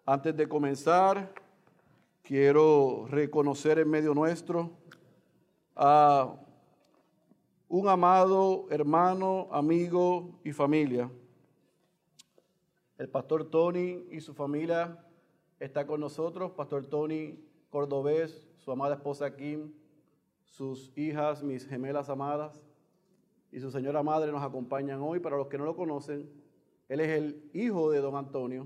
Antes de comenzar, quiero reconocer en medio nuestro a un amado hermano, amigo y familia. El pastor Tony y su familia está con nosotros. Pastor Tony Cordobés, su amada esposa Kim, sus hijas, mis gemelas amadas, y su señora madre nos acompañan hoy. Para los que no lo conocen, él es el hijo de don Antonio,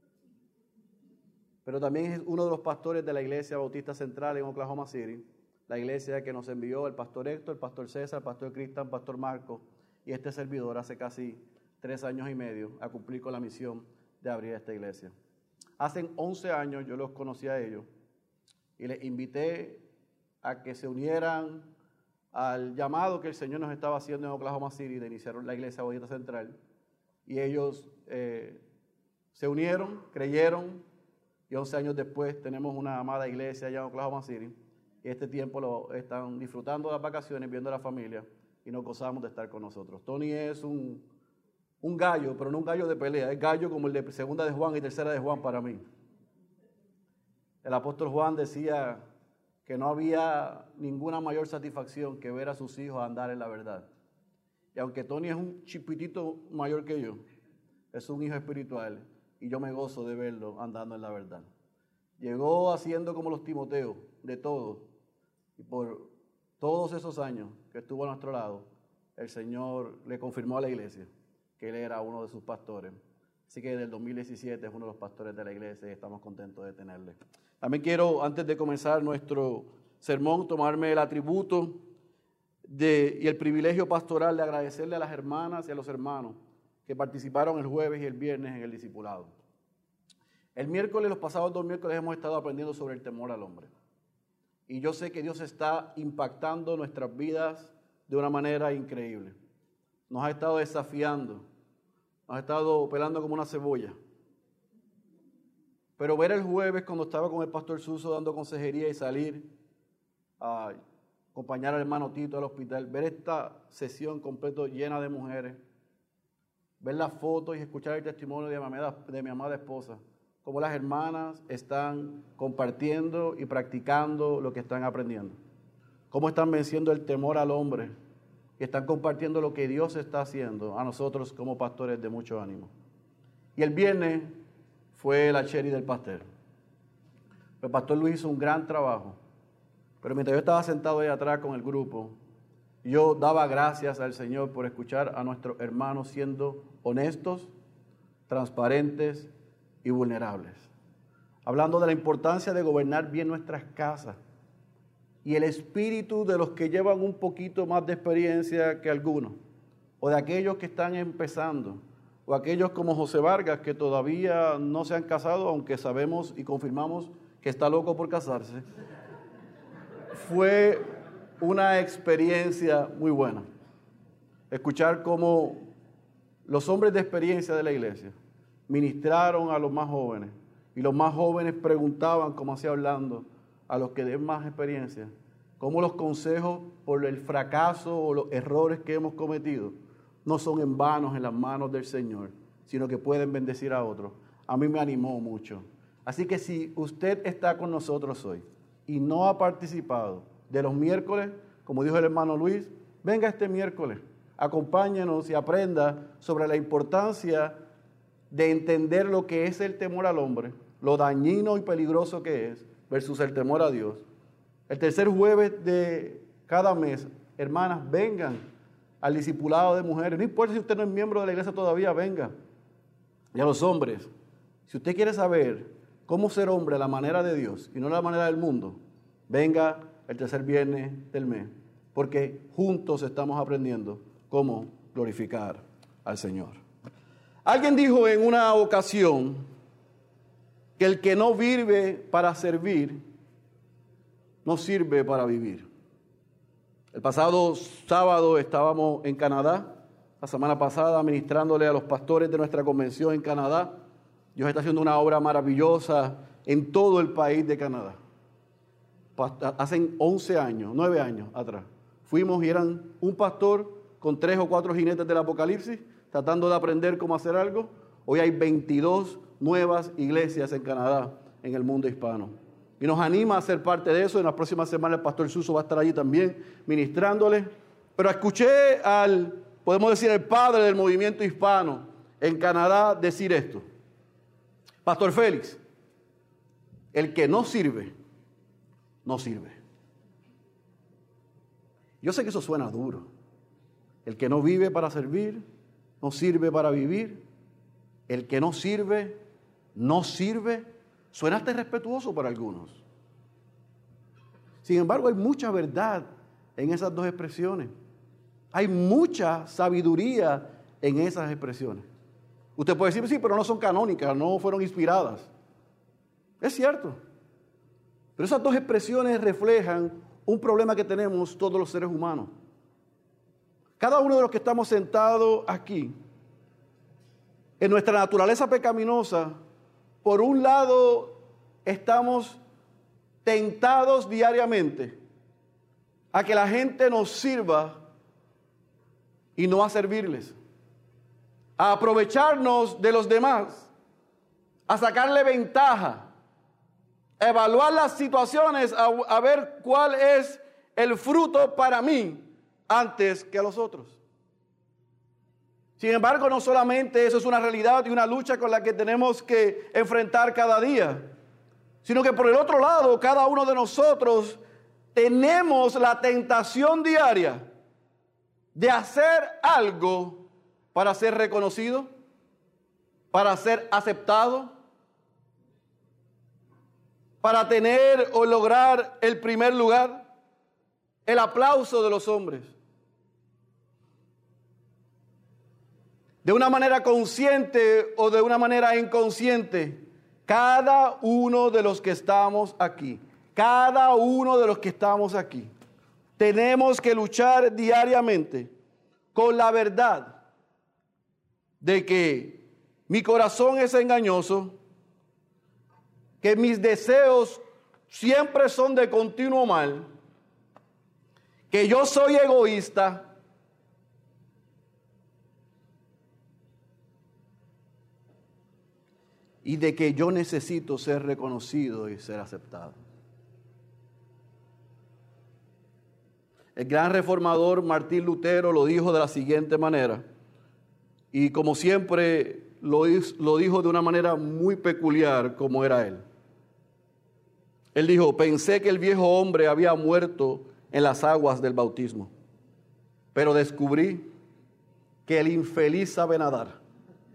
pero también es uno de los pastores de la Iglesia Bautista Central en Oklahoma City, la iglesia que nos envió el pastor Héctor, el pastor César, el pastor Cristian, el pastor Marco y este servidor hace casi 3 años y medio a cumplir con la misión de abrir esta iglesia. Hace 11 años yo los conocí a ellos y les invité a que se unieran al llamado que el Señor nos estaba haciendo en Oklahoma City de iniciar la Iglesia Bautista Central. Y ellos se unieron, creyeron, y 11 años después tenemos una amada iglesia allá en Oklahoma City. Y este tiempo lo están disfrutando de las vacaciones, viendo a la familia, y nos gozamos de estar con nosotros. Tony es un gallo, pero no un gallo de pelea, es gallo como el de segunda de Juan y tercera de Juan para mí. El apóstol Juan decía que no había ninguna mayor satisfacción que ver a sus hijos andar en la verdad. Y aunque Tony es un chipitito mayor que yo, es un hijo espiritual, y yo me gozo de verlo andando en la verdad. Llegó haciendo como los Timoteos, de todo, y por todos esos años que estuvo a nuestro lado, el Señor le confirmó a la iglesia que él era uno de sus pastores. Así que desde el 2017 es uno de los pastores de la iglesia y estamos contentos de tenerle. También quiero, antes de comenzar nuestro sermón, tomarme el atributo y el privilegio pastoral de agradecerle a las hermanas y a los hermanos que participaron el jueves y el viernes en el discipulado. El miércoles, los pasados 2 miércoles, hemos estado aprendiendo sobre el temor al hombre. Y yo sé que Dios está impactando nuestras vidas de una manera increíble. Nos ha estado desafiando, nos ha estado pelando como una cebolla. Pero ver el jueves, cuando estaba con el pastor Suso dando consejería y salir a acompañar al hermano Tito al hospital, ver esta sesión completa llena de mujeres, ver las fotos y escuchar el testimonio de mi amada esposa, cómo las hermanas están compartiendo y practicando lo que están aprendiendo, cómo están venciendo el temor al hombre y están compartiendo lo que Dios está haciendo a nosotros como pastores de mucho ánimo. Y el viernes fue la cherry del pastel. El pastor Luis hizo un gran trabajo, pero mientras yo estaba sentado ahí atrás con el grupo, yo daba gracias al Señor por escuchar a nuestros hermanos siendo honestos, transparentes y vulnerables. Hablando de la importancia de gobernar bien nuestras casas y el espíritu de los que llevan un poquito más de experiencia que algunos, o de aquellos que están empezando, o aquellos como José Vargas que todavía no se han casado, aunque sabemos y confirmamos que está loco por casarse. Fue una experiencia muy buena. Escuchar cómo los hombres de experiencia de la iglesia ministraron a los más jóvenes y los más jóvenes preguntaban, como hacía Orlando, a los que den más experiencia, cómo los consejos por el fracaso o los errores que hemos cometido no son en vano en las manos del Señor, sino que pueden bendecir a otros. A mí me animó mucho. Así que si usted está con nosotros hoy y no ha participado de los miércoles, como dijo el hermano Luis, venga este miércoles, acompáñenos y aprenda sobre la importancia de entender lo que es el temor al hombre, lo dañino y peligroso que es, versus el temor a Dios. El tercer jueves de cada mes, hermanas, vengan al discipulado de mujeres. No importa si usted no es miembro de la iglesia todavía, venga. Y a los hombres, si usted quiere saber cómo ser hombre a la manera de Dios y no a la manera del mundo, venga el tercer viernes del mes, porque juntos estamos aprendiendo cómo glorificar al Señor. Alguien dijo en una ocasión que el que no vive para servir, no sirve para vivir. El pasado sábado estábamos en Canadá, la semana pasada ministrándole a los pastores de nuestra convención en Canadá. Dios está haciendo una obra maravillosa en todo el país de Canadá. Hace 11 años, 9 años atrás, fuimos y eran un pastor con 3 o 4 jinetes del Apocalipsis, tratando de aprender cómo hacer algo. Hoy hay 22 nuevas iglesias en Canadá, en el mundo hispano. Y nos anima a ser parte de eso. En las próximas semanas el pastor Suso va a estar allí también ministrándole. Pero escuché podemos decir, el padre del movimiento hispano en Canadá decir esto. Pastor Félix, el que no sirve, no sirve. Yo sé que eso suena duro. El que no vive para servir, no sirve para vivir. El que no sirve, no sirve. Suena hasta irrespetuoso para algunos. Sin embargo, hay mucha verdad en esas dos expresiones. Hay mucha sabiduría en esas expresiones. Usted puede decir, sí, pero no son canónicas, no fueron inspiradas. Es cierto. Pero esas dos expresiones reflejan un problema que tenemos todos los seres humanos. Cada uno de los que estamos sentados aquí, en nuestra naturaleza pecaminosa, por un lado estamos tentados diariamente a que la gente nos sirva y no a servirles, a aprovecharnos de los demás, a sacarle ventaja, a evaluar las situaciones, a ver cuál es el fruto para mí antes que a los otros. Sin embargo, no solamente eso es una realidad y una lucha con la que tenemos que enfrentar cada día, sino que por el otro lado, cada uno de nosotros tenemos la tentación diaria de hacer algo para ser reconocido, para ser aceptado, para tener o lograr el primer lugar, el aplauso de los hombres. De una manera consciente o de una manera inconsciente, cada uno de los que estamos aquí, tenemos que luchar diariamente con la verdad de que mi corazón es engañoso, que mis deseos siempre son de continuo mal, que yo soy egoísta, y de que yo necesito ser reconocido y ser aceptado. El gran reformador Martín Lutero lo dijo de la siguiente manera, y como siempre lo dijo de una manera muy peculiar como era él. Él dijo, pensé que el viejo hombre había muerto en las aguas del bautismo, pero descubrí que el infeliz sabe nadar.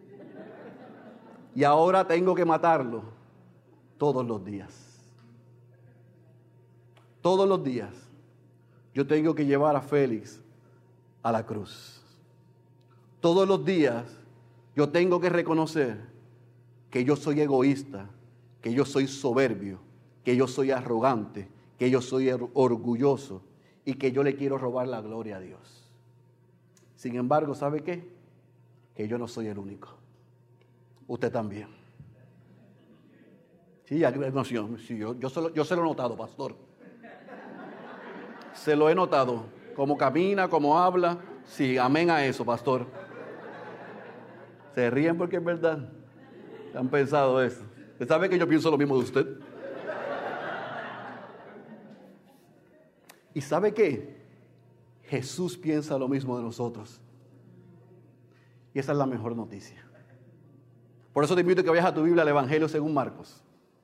Y ahora tengo que matarlo todos los días. Todos los días yo tengo que llevar a Félix a la cruz. Todos los días yo tengo que reconocer que yo soy egoísta, que yo soy soberbio, que yo soy arrogante, que yo soy orgulloso y que yo le quiero robar la gloria a Dios. Sin embargo, ¿sabe qué? Que yo no soy el único. Usted también. Sí, yo se lo he notado, pastor. Se lo he notado. Cómo camina, cómo habla. Sí, amén a eso, pastor. Se ríen porque es verdad. ¿Han pensado eso? ¿Usted sabe que yo pienso lo mismo de usted? ¿Y sabe qué? Jesús piensa lo mismo de nosotros. Y esa es la mejor noticia. Por eso te invito a que vayas a tu Biblia al Evangelio según Marcos.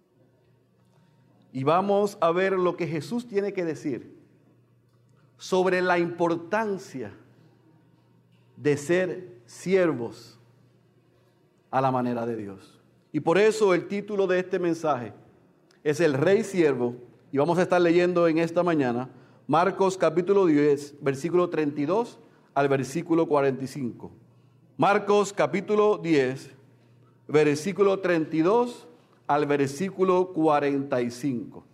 Y vamos a ver lo que Jesús tiene que decir sobre la importancia de ser siervos a la manera de Dios. Y por eso el título de este mensaje es El Rey Siervo. Y vamos a estar leyendo en esta mañana Marcos capítulo 10, versículo 32 al versículo 45. Marcos capítulo 10, versículo 32 al versículo 45.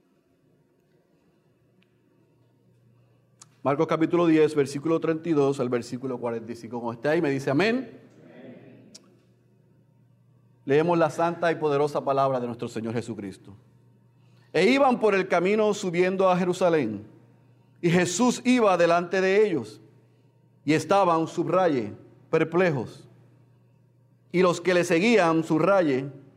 Marcos capítulo 10, versículo 32 al versículo 45. Como está ahí, me dice amén. Amén. Leemos la santa y poderosa palabra de nuestro Señor Jesucristo. E iban por el camino subiendo a Jerusalén, y Jesús iba delante de ellos, y estaban, subraye, perplejos. Y los que le seguían, subraye,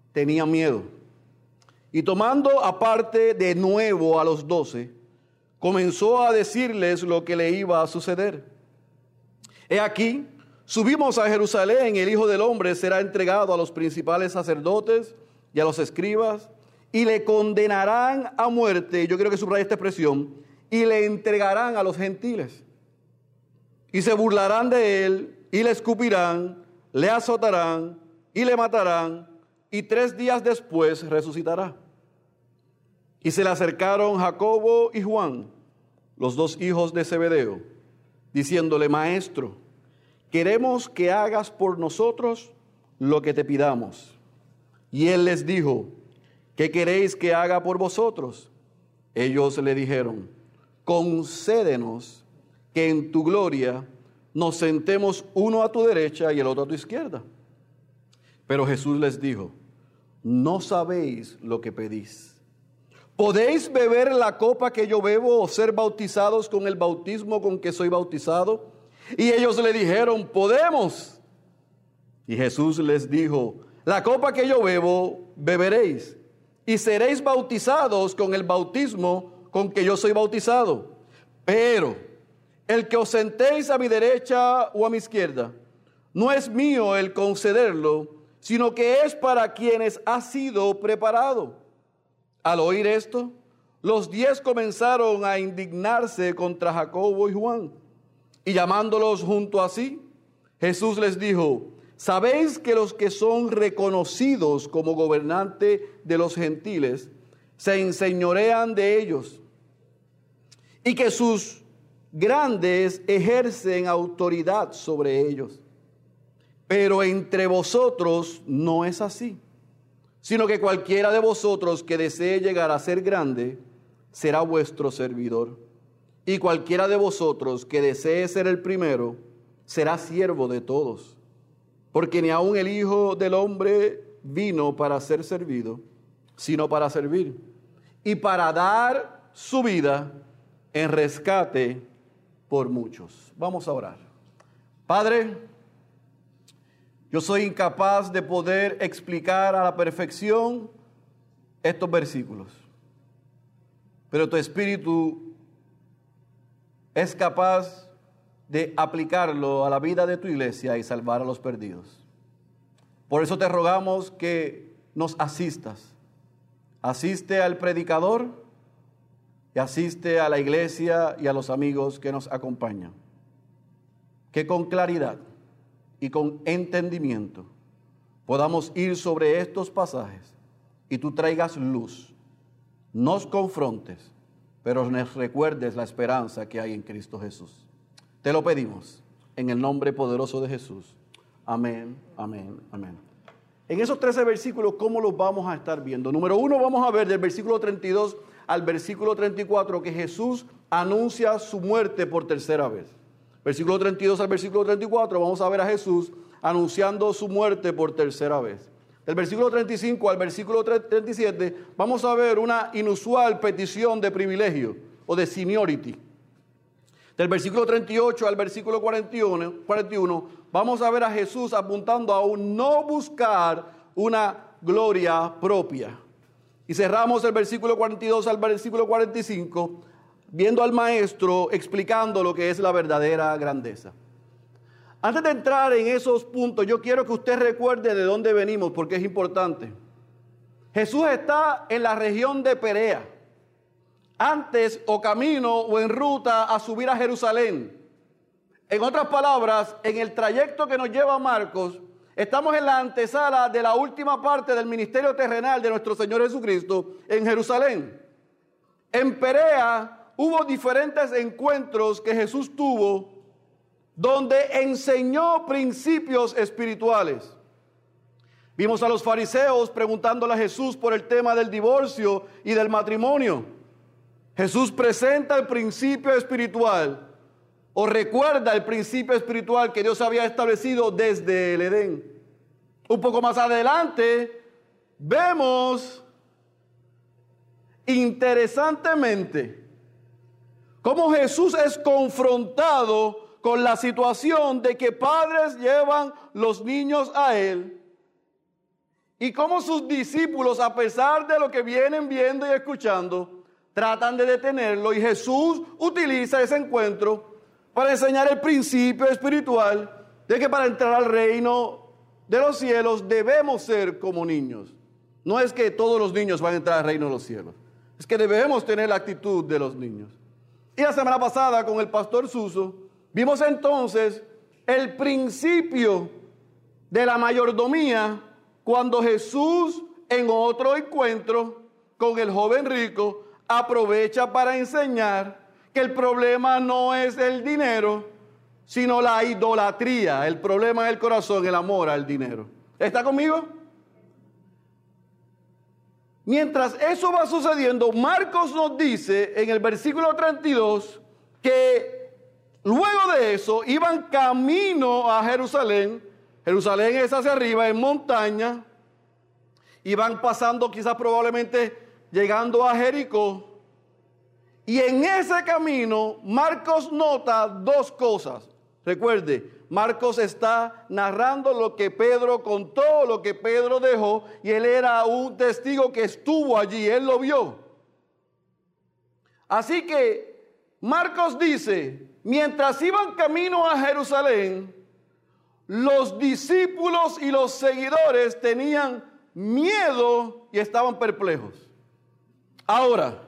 tenían miedo. Y tomando aparte de nuevo a los 12, comenzó a decirles lo que le iba a suceder. He aquí, subimos a Jerusalén, el Hijo del Hombre será entregado a los principales sacerdotes y a los escribas, y le condenarán a muerte, yo quiero que subraye esta expresión, y le entregarán a los gentiles. Y se burlarán de él, y le escupirán, le azotarán, y le matarán, y 3 días después resucitará. Y se le acercaron Jacobo y Juan, los 2 hijos de Zebedeo, diciéndole: Maestro, queremos que hagas por nosotros lo que te pidamos. Y él les dijo: ¿qué queréis que haga por vosotros? Ellos le dijeron: concédenos que en tu gloria nos sentemos uno a tu derecha y el otro a tu izquierda. Pero Jesús les dijo: no sabéis lo que pedís. ¿Podéis beber la copa que yo bebo o ser bautizados con el bautismo con que soy bautizado? Y ellos le dijeron: podemos. Y Jesús les dijo: la copa que yo bebo, beberéis, y seréis bautizados con el bautismo con que yo soy bautizado. Pero el que os sentéis a mi derecha o a mi izquierda, no es mío el concederlo, sino que es para quienes ha sido preparado. Al oír esto, los 10 comenzaron a indignarse contra Jacobo y Juan. Y llamándolos junto a sí, Jesús les dijo: ¿sabéis que los que son reconocidos como gobernantes de los gentiles se enseñorean de ellos? Y que sus grandes ejercen autoridad sobre ellos. Pero entre vosotros no es así, sino que cualquiera de vosotros que desee llegar a ser grande será vuestro servidor. Y cualquiera de vosotros que desee ser el primero será siervo de todos. Porque ni aun el Hijo del Hombre vino para ser servido, sino para servir, y para dar su vida en rescate por muchos. Vamos a orar. Padre, yo soy incapaz de poder explicar a la perfección estos versículos, pero tu Espíritu es capaz de aplicarlo a la vida de tu iglesia y salvar a los perdidos. Por eso te rogamos que nos asistas. Asiste al predicador y asiste a la iglesia y a los amigos que nos acompañan. Que con claridad y con entendimiento podamos ir sobre estos pasajes y tú traigas luz, nos confrontes, pero nos recuerdes la esperanza que hay en Cristo Jesús. Te lo pedimos en el nombre poderoso de Jesús. Amén, amén, amén. En esos 13 versículos, ¿cómo los vamos a estar viendo? Número 1, vamos a ver del versículo 32 al versículo 34 que Jesús anuncia su muerte por tercera vez. Versículo 32 al versículo 34, vamos a ver a Jesús anunciando su muerte por tercera vez. Del versículo 35 al versículo 37, vamos a ver una inusual petición de privilegio o de seniority. Del versículo 38 al versículo 41, vamos a ver a Jesús apuntando a un no buscar una gloria propia. Y cerramos el versículo 42 al versículo 45, viendo al Maestro explicando lo que es la verdadera grandeza. Antes de entrar en esos puntos, yo quiero que usted recuerde de dónde venimos, porque es importante. Jesús está en la región de Perea, antes o camino o en ruta a subir a Jerusalén. En otras palabras, en el trayecto que nos lleva a Marcos, estamos en la antesala de la última parte del ministerio terrenal de nuestro Señor Jesucristo en Jerusalén. En Perea hubo diferentes encuentros que Jesús tuvo donde enseñó principios espirituales. Vimos a los fariseos preguntándole a Jesús por el tema del divorcio y del matrimonio. Jesús presenta el principio espiritual o recuerda el principio espiritual que Dios había establecido desde el Edén. Un poco más adelante vemos interesantemente cómo Jesús es confrontado con la situación de que padres llevan los niños a Él y cómo sus discípulos, a pesar de lo que vienen viendo y escuchando, tratan de detenerlo, y Jesús utiliza ese encuentro para enseñar el principio espiritual de que para entrar al reino de los cielos debemos ser como niños. No es que todos los niños van a entrar al reino de los cielos, es que debemos tener la actitud de los niños. Y la semana pasada con el pastor Suso vimos entonces el principio de la mayordomía cuando Jesús en otro encuentro con el joven rico aprovecha para enseñar que el problema no es el dinero, sino la idolatría. El problema es el corazón, el amor al dinero. ¿Está conmigo? Mientras eso va sucediendo, Marcos nos dice en el versículo 32 que luego de eso iban camino a Jerusalén. Jerusalén es hacia arriba, en montaña, y van pasando quizás probablemente llegando a Jericó. Y en ese camino Marcos nota dos cosas. Recuerde, Marcos está narrando lo que Pedro contó, lo que Pedro dejó, y él era un testigo que estuvo allí, él lo vio. Así que Marcos dice, mientras iban camino a Jerusalén, los discípulos y los seguidores tenían miedo y estaban perplejos. Ahora,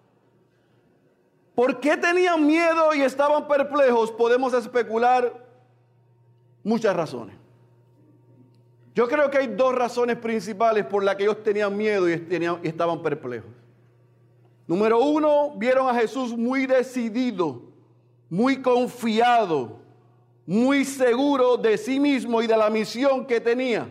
¿por qué tenían miedo y estaban perplejos? Podemos especular muchas razones. Yo creo que hay dos razones principales por las que ellos tenían miedo y estaban perplejos. Número uno, vieron a Jesús muy decidido, muy confiado, muy seguro de sí mismo y de la misión que tenía.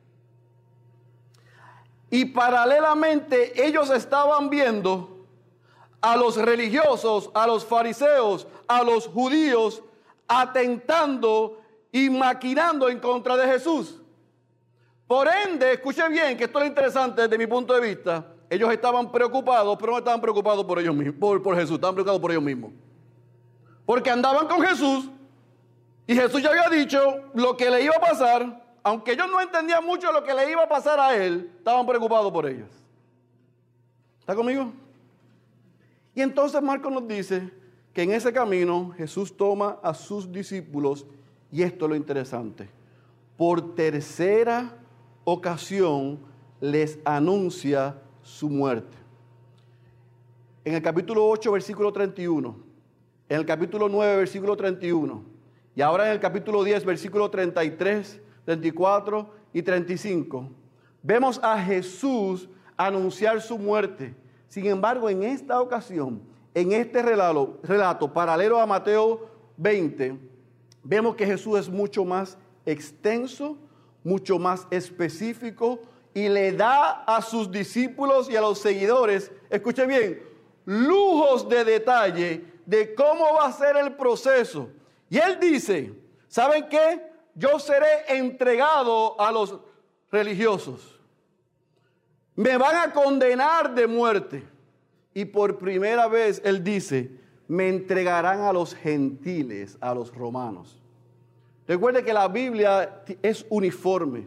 Y paralelamente ellos estaban viendo a los religiosos, a los fariseos, a los judíos, atentando y maquinando en contra de Jesús. Por ende, escuche bien, que esto es interesante desde mi punto de vista, ellos estaban preocupados, pero no estaban preocupados por ellos mismos, por Jesús, estaban preocupados por ellos mismos. Porque andaban con Jesús, y Jesús ya había dicho lo que le iba a pasar, aunque ellos no entendían mucho lo que le iba a pasar a él, estaban preocupados por ellos. ¿Está conmigo? Y entonces Marcos nos dice que en ese camino Jesús toma a sus discípulos, y esto es lo interesante, por tercera ocasión les anuncia su muerte. En el capítulo 8, versículo 31, en el capítulo 9, versículo 31, y ahora en el capítulo 10, versículo 33, 34 y 35, vemos a Jesús anunciar su muerte. Sin embargo, en esta ocasión, en este relato paralelo a Mateo 20, vemos que Jesús es mucho más extenso, mucho más específico, y le da a sus discípulos y a los seguidores, escuche bien, lujos de detalle de cómo va a ser el proceso. Y él dice, ¿saben qué? Yo seré entregado a los religiosos. Me van a condenar de muerte. Y por primera vez él dice, me entregarán a los gentiles, a los romanos. Recuerde que la Biblia es uniforme.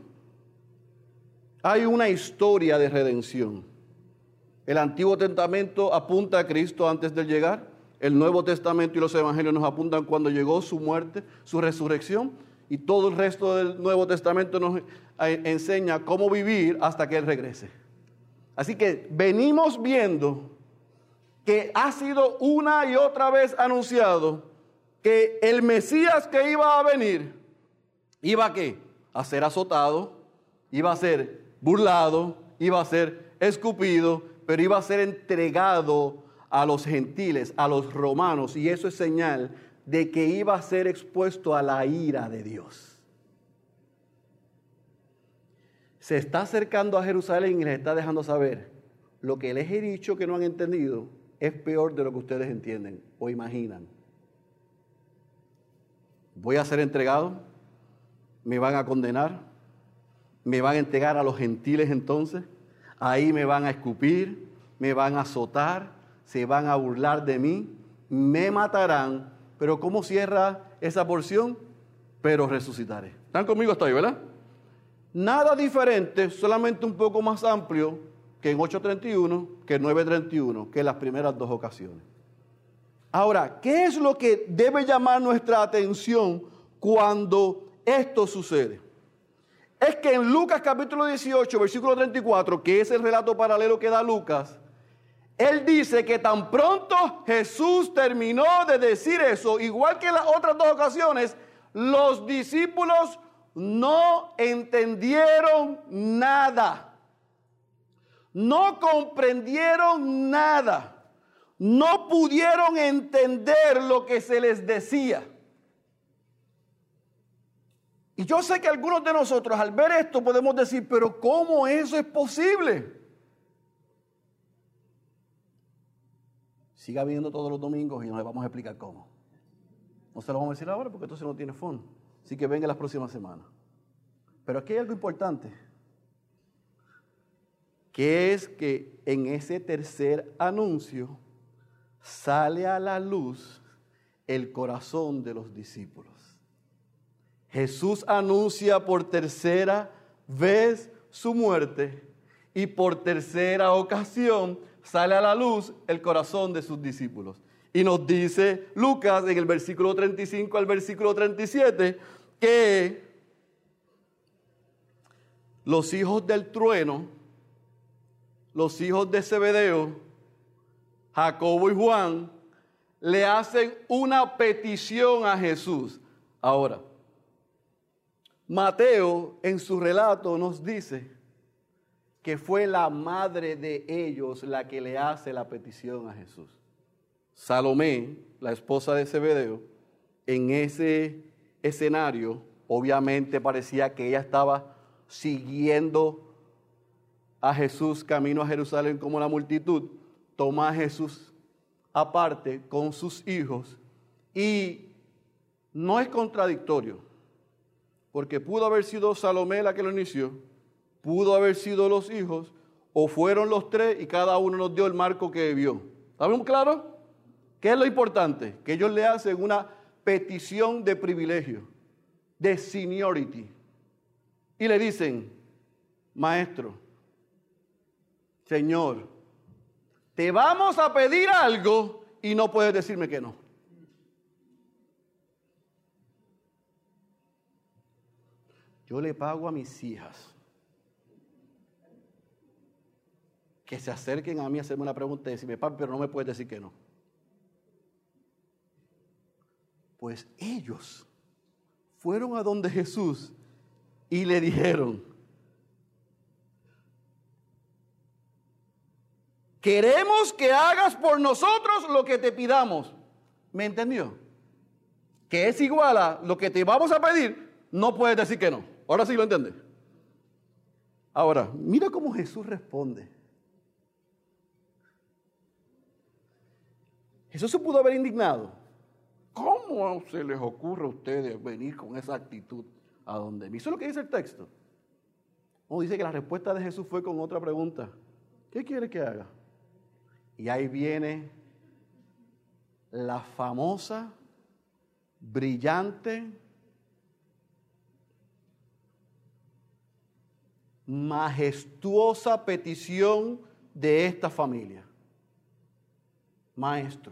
Hay una historia de redención. El Antiguo Testamento apunta a Cristo antes de llegar. El Nuevo Testamento y los Evangelios nos apuntan cuando llegó su muerte, su resurrección. Y todo el resto del Nuevo Testamento nos enseña cómo vivir hasta que Él regrese. Así que venimos viendo que ha sido una y otra vez anunciado que el Mesías que iba a venir, iba a ¿qué? A ser azotado, iba a ser burlado, iba a ser escupido, pero iba a ser entregado a los gentiles, a los romanos, y eso es señal de que iba a ser expuesto a la ira de Dios. Se está acercando a Jerusalén y les está dejando saber, lo que les he dicho que no han entendido es peor de lo que ustedes entienden o imaginan. Voy a ser entregado, me van a condenar, me van a entregar a los gentiles entonces, ahí me van a escupir, me van a azotar, se van a burlar de mí, me matarán, pero ¿cómo cierra esa porción? Pero resucitaré. ¿Están conmigo hasta ahí, verdad? Nada diferente, solamente un poco más amplio que en 8:31, que en 9:31, que en las primeras dos ocasiones. Ahora, ¿qué es lo que debe llamar nuestra atención cuando esto sucede? Es que en Lucas capítulo 18, versículo 34, que es el relato paralelo que da Lucas, él dice que tan pronto Jesús terminó de decir eso, igual que en las otras dos ocasiones, los discípulos no entendieron nada, no comprendieron nada, no pudieron entender lo que se les decía. Y yo sé que algunos de nosotros al ver esto podemos decir, pero ¿cómo eso es posible? Siga viendo todos los domingos y nos le vamos a explicar cómo. No se lo vamos a decir ahora porque entonces no tiene fondo. Así que venga las próximas semanas. Pero aquí hay algo importante, que es que en ese tercer anuncio sale a la luz el corazón de los discípulos. Jesús anuncia por tercera vez su muerte y por tercera ocasión sale a la luz el corazón de sus discípulos. Y nos dice Lucas en el versículo 35 al versículo 37 que los hijos del trueno, los hijos de Zebedeo, Jacobo y Juan, le hacen una petición a Jesús. Ahora, Mateo en su relato nos dice que fue la madre de ellos la que le hace la petición a Jesús. Salomé, la esposa de Zebedeo, en ese escenario, obviamente parecía que ella estaba siguiendo a Jesús camino a Jerusalén como la multitud, toma a Jesús aparte con sus hijos y no es contradictorio. Porque pudo haber sido Salomé la que lo inició, pudo haber sido los hijos, o fueron los tres y cada uno nos dio el marco que vio. ¿Estamos claros? ¿Qué es lo importante? Que ellos le hacen una petición de privilegio, de seniority. Y le dicen, maestro, Señor, te vamos a pedir algo y no puedes decirme que no. Yo le pago a mis hijas que se acerquen a mí a hacerme una pregunta y decirme, papi, pero no me puedes decir que no. Pues ellos fueron a donde Jesús y le dijeron, queremos que hagas por nosotros lo que te pidamos. ¿Me entendió? Que es igual a lo que te vamos a pedir, no puedes decir que no. Ahora sí lo entiende. Ahora, mira cómo Jesús responde. Jesús se pudo haber indignado. ¿Cómo se les ocurre a ustedes venir con esa actitud a donde mí? Eso es lo que dice el texto. O dice que la respuesta de Jesús fue con otra pregunta. ¿Qué quiere que haga? Y ahí viene la famosa, brillante, majestuosa petición de esta familia. Maestro,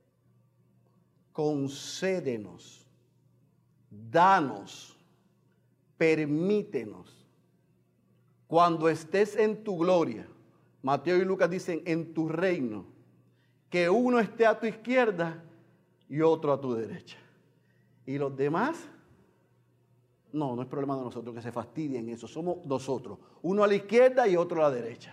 concédenos, danos, permítenos, cuando estés en tu gloria, Mateo y Lucas dicen en tu reino, que uno esté a tu izquierda y otro a tu derecha. Y los demás, no es problema de nosotros que se fastidien eso, somos nosotros, uno a la izquierda y otro a la derecha.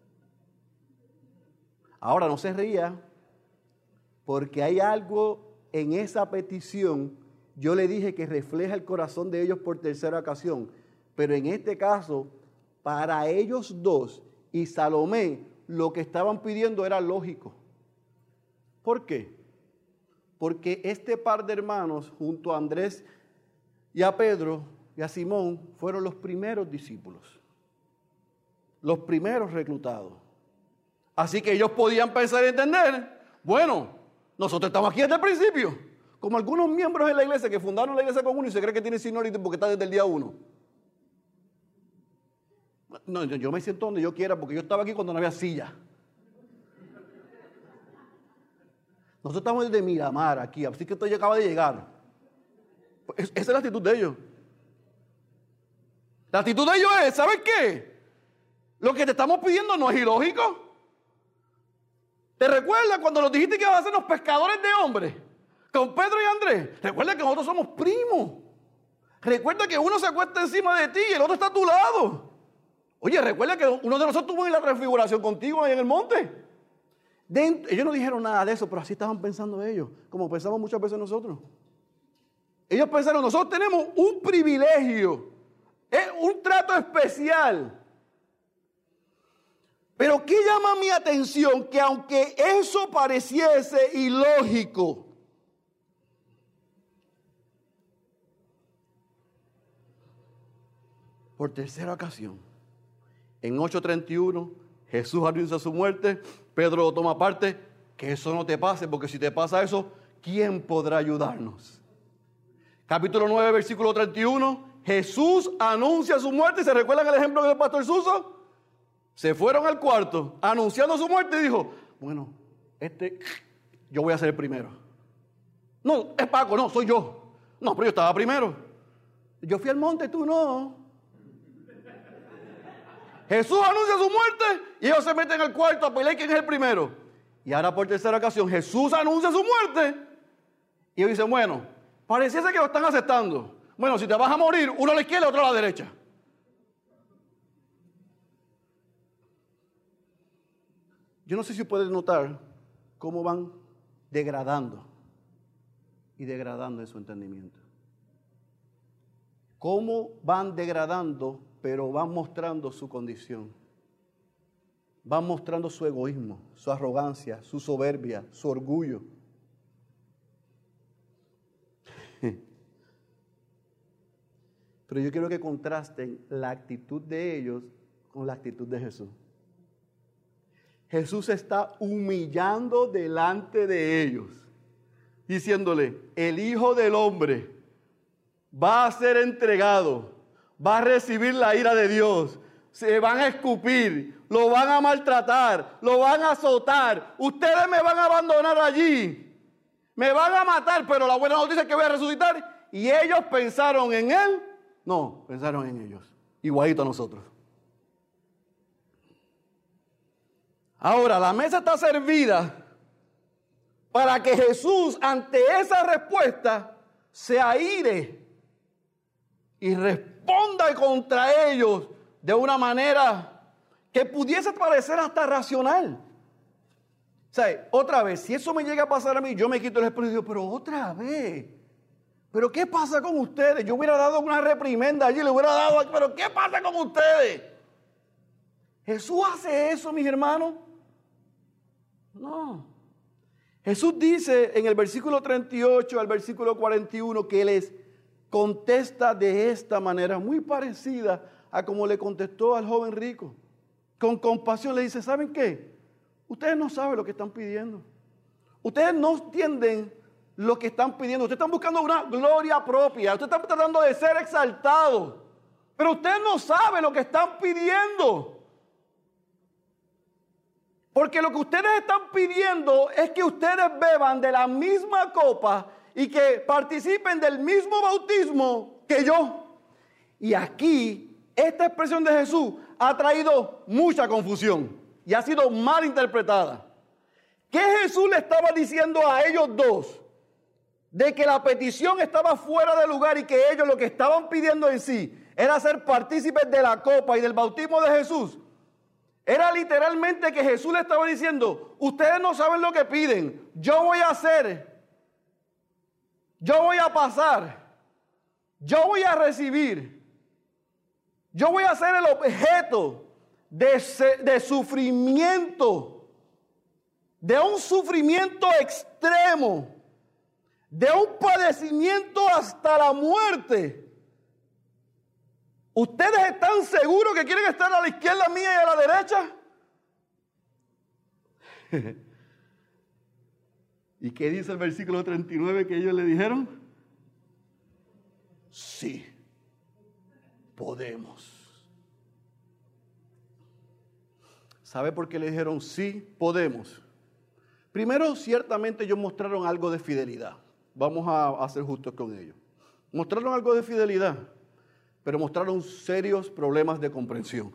Ahora no se ría, porque hay algo en esa petición, yo le dije que refleja el corazón de ellos por tercera ocasión, pero en este caso, para ellos dos y Salomé, lo que estaban pidiendo era lógico. ¿Por qué? Porque este par de hermanos, junto a Andrés y a Pedro y a Simón, fueron los primeros discípulos, los primeros reclutados. Así que ellos podían pensar y entender, bueno, nosotros estamos aquí desde el principio, como algunos miembros de la iglesia que fundaron la iglesia con uno y se cree que tienen seniority porque está desde el día 1. No, yo me siento donde yo quiera porque yo estaba aquí cuando no había silla. Nosotros estamos desde Miramar aquí, así que esto acaba de llegar. Esa es la actitud de ellos. La actitud de ellos es, ¿sabes qué? Lo que te estamos pidiendo no es ilógico. ¿Te recuerdas cuando nos dijiste que ibas a ser los pescadores de hombres? Con Pedro y Andrés. Recuerda que nosotros somos primos. Recuerda que uno se acuesta encima de ti y el otro está a tu lado. Oye, recuerda que uno de nosotros tuvo en la transfiguración contigo ahí en el monte. Ellos no dijeron nada de eso, pero así estaban pensando ellos, como pensamos muchas veces nosotros. Ellos pensaron, nosotros tenemos un privilegio, es un trato especial. Pero ¿qué llama mi atención? Que aunque eso pareciese ilógico, por tercera ocasión, en 8:31, Jesús anuncia su muerte, Pedro lo toma aparte, que eso no te pase, porque si te pasa eso, ¿quién podrá ayudarnos? Capítulo 9, versículo 31, Jesús anuncia su muerte, ¿y se recuerdan el ejemplo del pastor Suso? Se fueron al cuarto anunciando su muerte y dijo, bueno, yo voy a ser el primero. No, es Paco, no, soy yo. No, pero yo estaba primero. Yo fui al monte, tú no. Jesús anuncia su muerte y ellos se meten al cuarto a pelear quién es el primero. Y ahora por tercera ocasión Jesús anuncia su muerte y ellos dicen, bueno, pareciese que lo están aceptando. Bueno, si te vas a morir, uno a la izquierda y otro a la derecha. Yo no sé si puedes notar cómo van degradando y degradando en su entendimiento. Cómo van degradando, pero van mostrando su condición. Van mostrando su egoísmo, su arrogancia, su soberbia, su orgullo. Pero yo quiero que contrasten la actitud de ellos con la actitud de Jesús. Jesús se está humillando delante de ellos, diciéndole, el Hijo del Hombre va a ser entregado, va a recibir la ira de Dios, se van a escupir, lo van a maltratar, lo van a azotar, ustedes me van a abandonar allí, me van a matar, pero la buena noticia es que voy a resucitar. Y ellos pensaron en Él, no, pensaron en ellos, igualito a nosotros. Ahora, la mesa está servida para que Jesús, ante esa respuesta, se aire y responda contra ellos de una manera que pudiese parecer hasta racional. O sea, otra vez, si eso me llega a pasar a mí, yo me quito el espíritu y digo, pero otra vez, ¿pero qué pasa con ustedes? Yo hubiera dado una reprimenda allí, le hubiera dado, pero ¿qué pasa con ustedes? ¿Jesús hace eso, mis hermanos? No. Jesús dice en el versículo 38 al versículo 41 que les contesta de esta manera, muy parecida a como le contestó al joven rico. Con compasión le dice, ¿saben qué? Ustedes no saben lo que están pidiendo. Ustedes no entienden lo que están pidiendo. Ustedes están buscando una gloria propia. Ustedes están tratando de ser exaltados. Pero ustedes no saben lo que están pidiendo. Porque lo que ustedes están pidiendo es que ustedes beban de la misma copa y que participen del mismo bautismo que yo. Y aquí, esta expresión de Jesús ha traído mucha confusión y ha sido mal interpretada. ¿Qué Jesús le estaba diciendo a ellos dos? De que la petición estaba fuera de lugar y que ellos lo que estaban pidiendo en sí era ser partícipes de la copa y del bautismo de Jesús. Era literalmente que Jesús le estaba diciendo, ustedes no saben lo que piden, yo voy a hacer, yo voy a pasar, yo voy a recibir, yo voy a ser el objeto de sufrimiento, de un sufrimiento extremo, de un padecimiento hasta la muerte. ¿Ustedes están seguros que quieren estar a la izquierda mía y a la derecha? ¿Y qué dice el versículo 39 que ellos le dijeron? Sí, podemos. ¿Sabe por qué le dijeron sí podemos? Primero, ciertamente ellos mostraron algo de fidelidad. Vamos a ser justos con ellos. Mostraron algo de fidelidad, pero mostraron serios problemas de comprensión.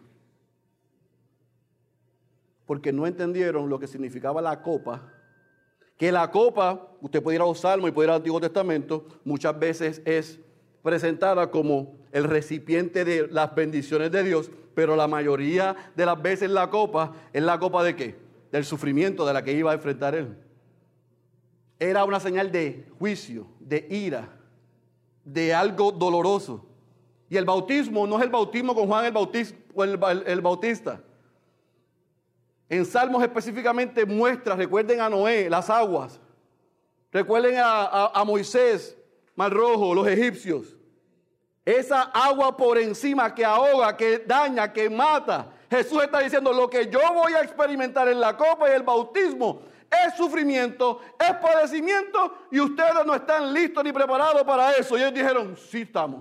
Porque no entendieron lo que significaba la copa. Que la copa, usted puede ir a los Salmos y puede ir al Antiguo Testamento, muchas veces es presentada como el recipiente de las bendiciones de Dios, pero la mayoría de las veces la copa es la copa ¿de qué? Del sufrimiento de la que iba a enfrentar él. Era una señal de juicio, de ira, de algo doloroso. Y el bautismo no es el bautismo con Juan el Bautista. En Salmos específicamente muestra, recuerden a Noé, las aguas. Recuerden a Moisés, Mar Rojo, los egipcios. Esa agua por encima que ahoga, que daña, que mata. Jesús está diciendo, lo que yo voy a experimentar en la copa y el bautismo es sufrimiento, es padecimiento, y ustedes no están listos ni preparados para eso. Y ellos dijeron, sí estamos.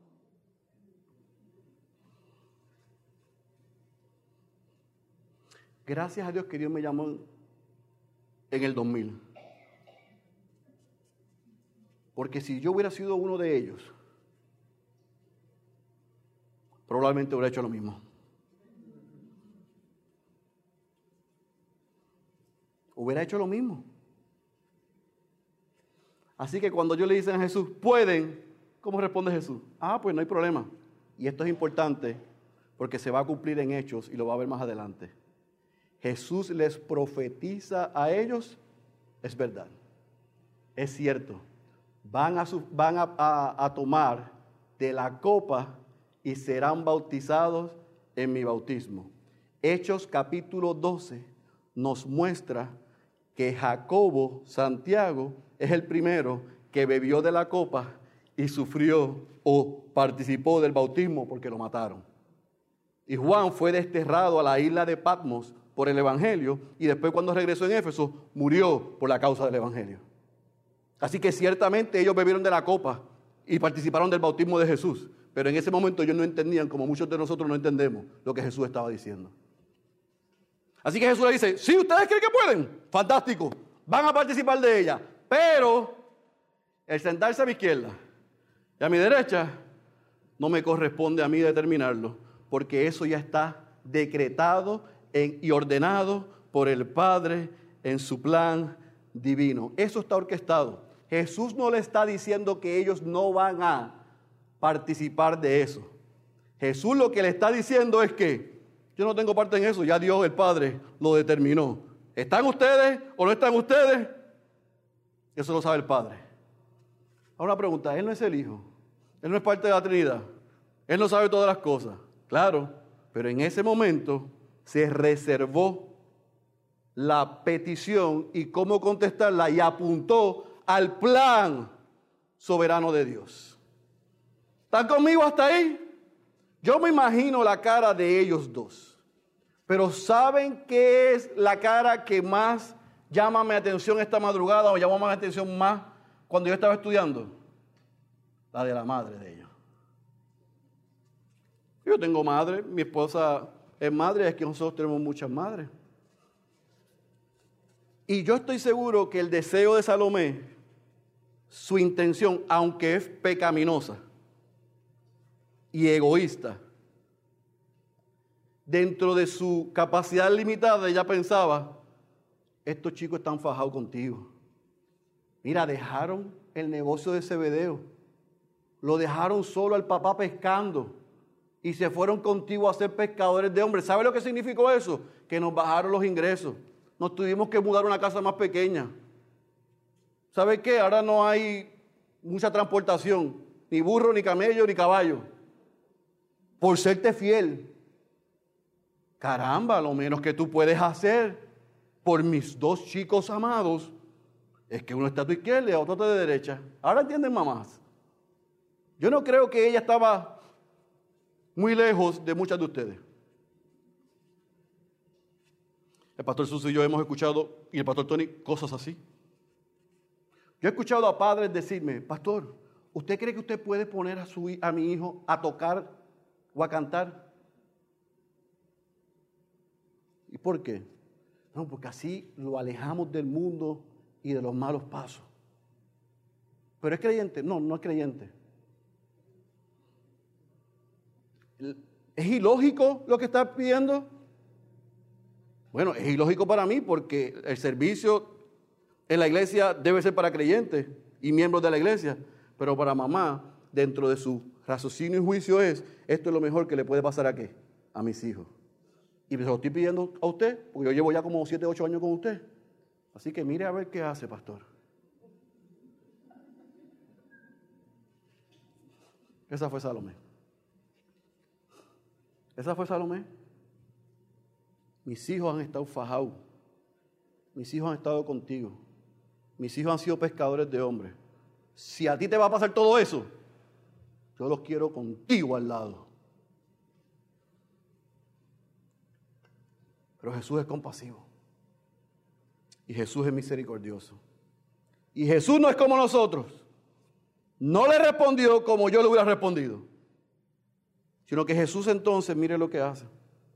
Gracias a Dios que Dios me llamó en el 2000. Porque si yo hubiera sido uno de ellos, probablemente hubiera hecho lo mismo. Hubiera hecho lo mismo. Así que cuando yo le dicen a Jesús, ¿pueden? ¿Cómo responde Jesús? Pues no hay problema. Y esto es importante porque se va a cumplir en Hechos y lo va a ver más adelante. Jesús les profetiza a ellos, es verdad, es cierto. Van a tomar de la copa y serán bautizados en mi bautismo. Hechos capítulo 12 nos muestra que Jacobo, Santiago, es el primero que bebió de la copa y sufrió o participó del bautismo porque lo mataron. Y Juan fue desterrado a la isla de Patmos por el Evangelio y después cuando regresó en Éfeso murió por la causa del Evangelio. Así que ciertamente ellos bebieron de la copa y participaron del bautismo de Jesús, pero en ese momento ellos no entendían, como muchos de nosotros no entendemos, lo que Jesús estaba diciendo. Así que Jesús le dice, si ustedes creen que pueden, fantástico, van a participar de ella, pero el sentarse a mi izquierda y a mi derecha no me corresponde a mí determinarlo, porque eso ya está decretado y ordenado por el Padre en su plan divino. Eso está orquestado. Jesús no le está diciendo que ellos no van a participar de eso. Jesús lo que le está diciendo es que yo no tengo parte en eso, ya Dios el Padre lo determinó. ¿Están ustedes o no están ustedes? Eso lo sabe el Padre. Ahora una pregunta, Él no es el Hijo, Él no es parte de la Trinidad, Él no sabe todas las cosas, claro, pero en ese momento se reservó la petición y cómo contestarla y apuntó al plan soberano de Dios. ¿Están conmigo hasta ahí? Yo me imagino la cara de ellos dos, pero ¿saben qué es la cara que más llama mi atención esta madrugada o llamó mi atención más cuando yo estaba estudiando? La de la madre de ellos. Yo tengo madre, mi esposa es madre, es que nosotros tenemos muchas madres. Y yo estoy seguro que el deseo de Salomé, su intención, aunque es pecaminosa y egoísta, dentro de su capacidad limitada, ella pensaba, estos chicos están fajados contigo. Mira, dejaron el negocio de Zebedeo, lo dejaron solo al papá pescando y se fueron contigo a ser pescadores de hombres. ¿Sabe lo que significó eso? Que nos bajaron los ingresos. Nos tuvimos que mudar a una casa más pequeña. ¿Sabe qué? Ahora no hay mucha transportación, ni burro, ni camello, ni caballo. Por serte fiel. Caramba, lo menos que tú puedes hacer por mis dos chicos amados es que uno está a tu izquierda y otro a tu derecha. Ahora entienden, mamás. Yo no creo que ella estaba muy lejos de muchas de ustedes. El pastor Suso y yo hemos escuchado, y el pastor Tony, cosas así. Yo he escuchado a padres decirme, pastor, ¿usted cree que usted puede poner a mi hijo a tocar o a cantar? ¿Por qué? No, porque así lo alejamos del mundo y de los malos pasos. ¿Pero es creyente? No, no es creyente. ¿Es ilógico lo que está pidiendo? Bueno, es ilógico para mí porque el servicio en la iglesia debe ser para creyentes y miembros de la iglesia, pero para mamá, dentro de su raciocinio y juicio esto es lo mejor que le puede pasar ¿a qué? A mis hijos. Y se lo estoy pidiendo a usted, porque yo llevo ya como 7, 8 años con usted. Así que mire a ver qué hace, pastor. Esa fue Salomé. Esa fue Salomé. Mis hijos han estado fajados. Mis hijos han estado contigo. Mis hijos han sido pescadores de hombres. Si a ti te va a pasar todo eso, yo los quiero contigo al lado. Pero Jesús es compasivo. Y Jesús es misericordioso. Y Jesús no es como nosotros. No le respondió como yo le hubiera respondido. Sino que Jesús entonces, mire lo que hace.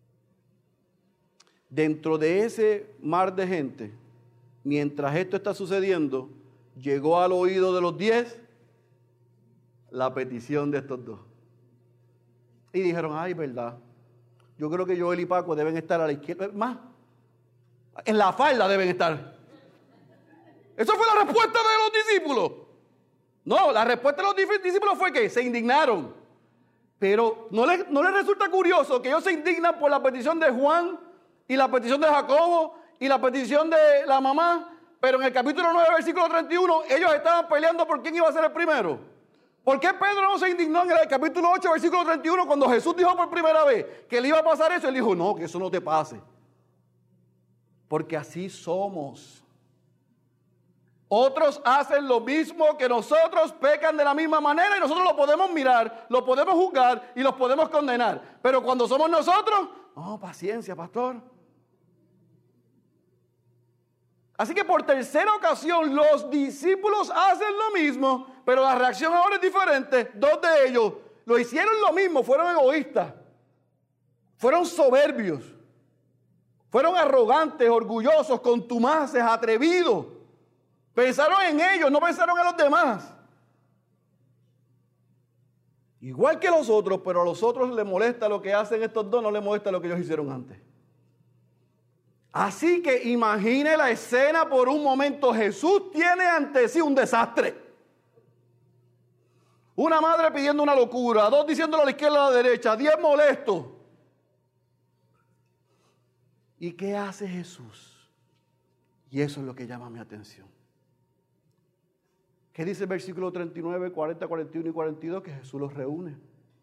Dentro de ese mar de gente, mientras esto está sucediendo, llegó al oído de los 10 la petición de estos dos. Y dijeron, ay, verdad. Yo creo que Joel y Paco deben estar a la izquierda. Más, en la falda deben estar. Esa fue la respuesta de los discípulos. No, la respuesta de los discípulos fue que se indignaron. Pero ¿no les resulta curioso que ellos se indignan por la petición de Juan y la petición de Jacobo y la petición de la mamá? Pero en el capítulo 9, versículo 31, ellos estaban peleando por quién iba a ser el primero. ¿Por qué Pedro no se indignó en el capítulo 8, versículo 31, cuando Jesús dijo por primera vez que le iba a pasar eso? Él dijo, no, que eso no te pase. Porque así somos. Otros hacen lo mismo que nosotros, pecan de la misma manera y nosotros lo podemos mirar, lo podemos juzgar y los podemos condenar. Pero cuando somos nosotros, no, paciencia, pastor. Así que por tercera ocasión los discípulos hacen lo mismo, pero la reacción ahora es diferente. Dos de ellos lo hicieron lo mismo, fueron egoístas, fueron soberbios, fueron arrogantes, orgullosos, contumaces, atrevidos. Pensaron en ellos, no pensaron en los demás. Igual que los otros, pero a los otros les molesta lo que hacen estos dos, no les molesta lo que ellos hicieron antes. Así que imagine la escena por un momento. Jesús tiene ante sí un desastre. Una madre pidiendo una locura, dos diciéndole a la izquierda y a la derecha, 10 molestos. ¿Y qué hace Jesús? Y eso es lo que llama mi atención. ¿Qué dice el versículo 39, 40, 41 y 42? Que Jesús los reúne.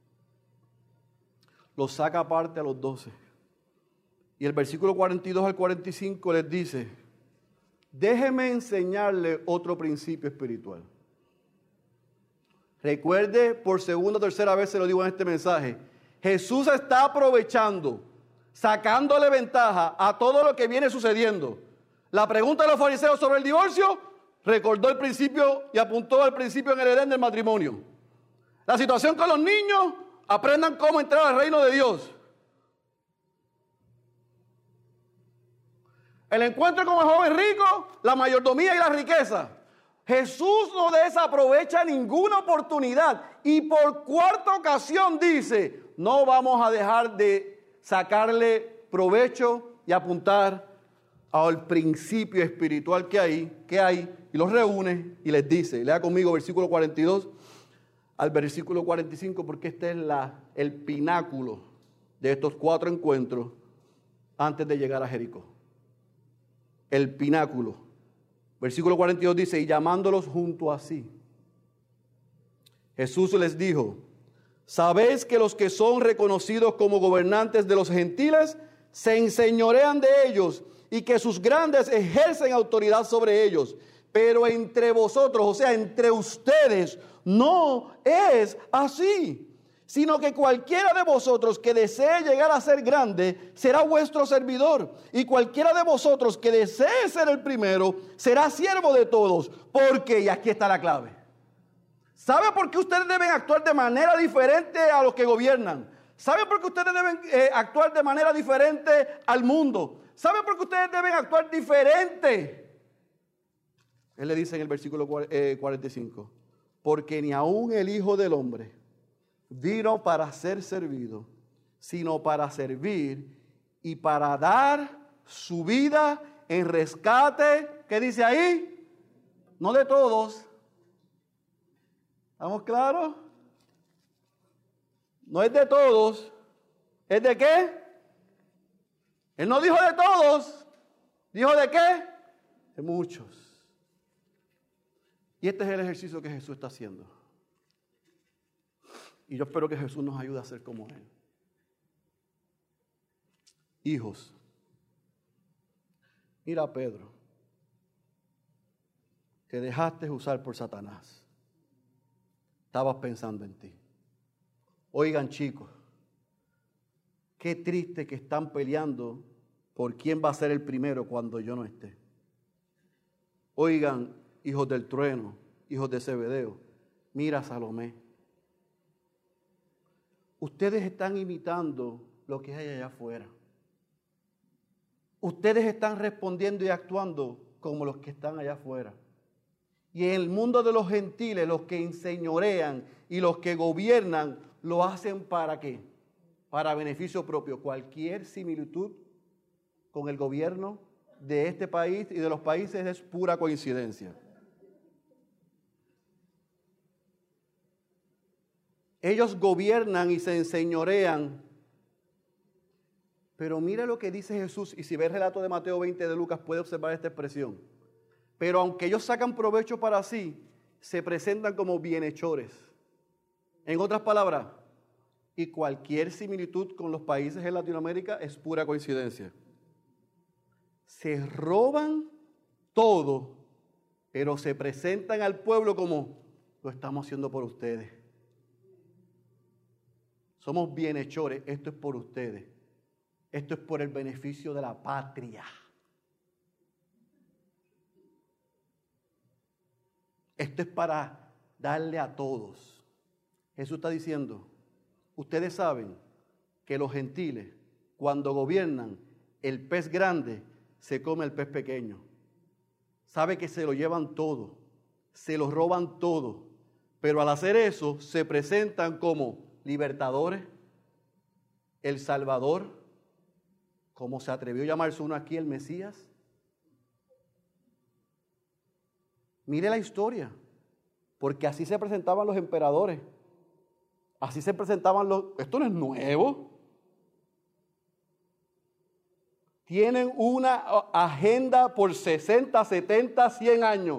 Los saca aparte a los 12. Y el versículo 42 al 45 les dice, déjeme enseñarle otro principio espiritual. Recuerde, por segunda o tercera vez se lo digo en este mensaje, Jesús está aprovechando, sacándole ventaja a todo lo que viene sucediendo. La pregunta de los fariseos sobre el divorcio, recordó el principio y apuntó al principio en el Edén del matrimonio. La situación con los niños, aprendan cómo entrar al reino de Dios. El encuentro con el joven rico, la mayordomía y la riqueza. Jesús no desaprovecha ninguna oportunidad y por cuarta ocasión dice, no vamos a dejar de sacarle provecho y apuntar al principio espiritual que hay, y los reúne y les dice, lea conmigo versículo 42 al versículo 45, porque este es el pináculo de estos 4 encuentros antes de llegar a Jericó. El pináculo. Versículo 42 dice, y llamándolos junto a sí, Jesús les dijo, ¿sabéis que los que son reconocidos como gobernantes de los gentiles se enseñorean de ellos y que sus grandes ejercen autoridad sobre ellos? Pero entre vosotros, o sea, entre ustedes, no es así, sino que cualquiera de vosotros que desee llegar a ser grande será vuestro servidor, y cualquiera de vosotros que desee ser el primero será siervo de todos, porque, y aquí está la clave, ¿sabe por qué ustedes deben actuar de manera diferente a los que gobiernan? ¿Sabe por qué ustedes deben actuar de manera diferente al mundo? ¿Sabe por qué ustedes deben actuar diferente? Él le dice en el versículo 45, porque ni aun el Hijo del Hombre vino para ser servido, sino para servir y para dar su vida en rescate. ¿Qué dice ahí? No de todos. ¿Estamos claros? No es de todos. ¿Es de qué? Él no dijo de todos. ¿Dijo de qué? De muchos. Y este es el ejercicio que Jesús está haciendo. Y yo espero que Jesús nos ayude a ser como Él. Hijos, mira a Pedro. Te dejaste usar por Satanás. Estabas pensando en ti. Oigan, chicos, qué triste que están peleando por quién va a ser el primero cuando yo no esté. Oigan, hijos del trueno, hijos de Zebedeo, mira a Salomé. Ustedes están imitando lo que hay allá afuera. Ustedes están respondiendo y actuando como los que están allá afuera. Y en el mundo de los gentiles, los que enseñorean y los que gobiernan, lo hacen ¿para qué? Para beneficio propio. Cualquier similitud con el gobierno de este país y de los países es pura coincidencia. Ellos gobiernan y se enseñorean. Pero mira lo que dice Jesús, y si ve el relato de Mateo 20 de Lucas, puede observar esta expresión. Pero aunque ellos sacan provecho para sí, se presentan como bienhechores. En otras palabras, y cualquier similitud con los países en Latinoamérica es pura coincidencia. Se roban todo, pero se presentan al pueblo como lo estamos haciendo por ustedes. Somos bienhechores, esto es por ustedes. Esto es por el beneficio de la patria. Esto es para darle a todos. Jesús está diciendo, ustedes saben que los gentiles, cuando gobiernan, el pez grande se come el pez pequeño. Sabe que se lo llevan todo, se lo roban todo, pero al hacer eso se presentan como libertadores, el Salvador, como se atrevió a llamarse uno aquí, el Mesías. Mire la historia, porque así se presentaban los emperadores, así se presentaban los... Esto no es nuevo. Tienen una agenda por 60, 70, 100 años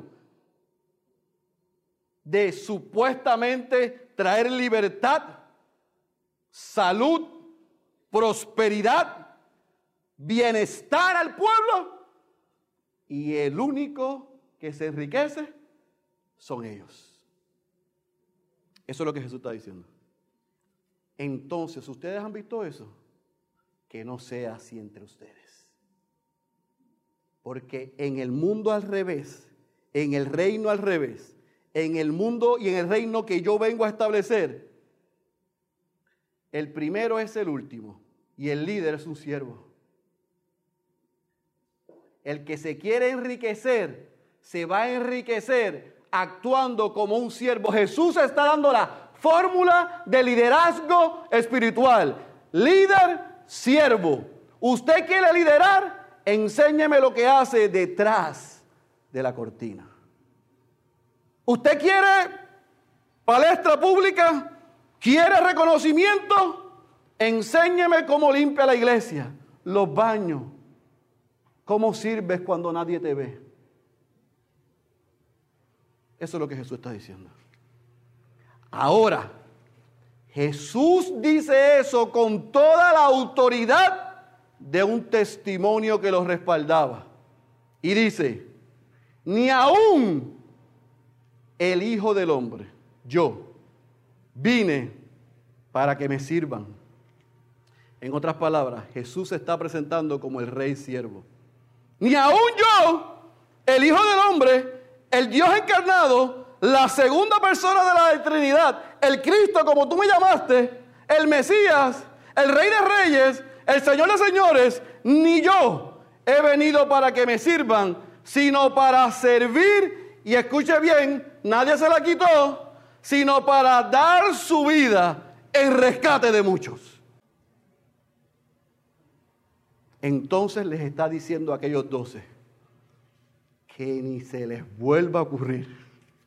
de supuestamente traer libertad, salud, prosperidad, bienestar al pueblo, y el único que se enriquece son ellos. Eso es lo que Jesús está diciendo. Entonces, ¿ustedes han visto eso? Que no sea así entre ustedes. Porque en el mundo al revés, en el reino al revés, en el mundo y en el reino que yo vengo a establecer, el primero es el último y el líder es un siervo. El que se quiere enriquecer, se va a enriquecer actuando como un siervo. Jesús está dando la fórmula de liderazgo espiritual. Líder, siervo. ¿Usted quiere liderar? Enséñeme lo que hace detrás de la cortina. ¿Usted quiere palestra pública? ¿Quiere reconocimiento? Enséñeme cómo limpia la iglesia, los baños. ¿Cómo sirves cuando nadie te ve? Eso es lo que Jesús está diciendo. Ahora, Jesús dice eso con toda la autoridad de un testimonio que lo respaldaba. Y dice, ni aún el Hijo del Hombre, yo, vine para que me sirvan. En otras palabras, Jesús se está presentando como el Rey Siervo. Ni aún yo, el Hijo del Hombre, el Dios encarnado, la segunda persona de la Trinidad, el Cristo como tú me llamaste, el Mesías, el Rey de Reyes, el Señor de Señores, ni yo he venido para que me sirvan, sino para servir, y escuche bien, nadie se la quitó, sino para dar su vida en rescate de muchos. Entonces les está diciendo a aquellos 12 que ni se les vuelva a ocurrir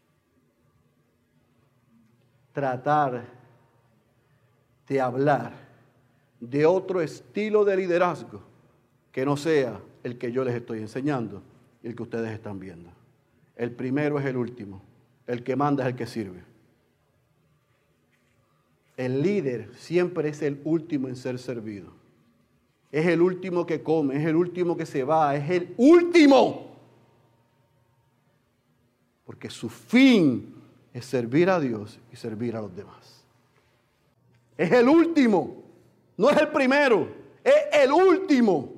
tratar de hablar de otro estilo de liderazgo que no sea el que yo les estoy enseñando y el que ustedes están viendo. El primero es el último, el que manda es el que sirve. El líder siempre es el último en ser servido. Es el último que come, es el último que se va, es el último. Porque su fin es servir a Dios y servir a los demás. Es el último, no es el primero, es el último.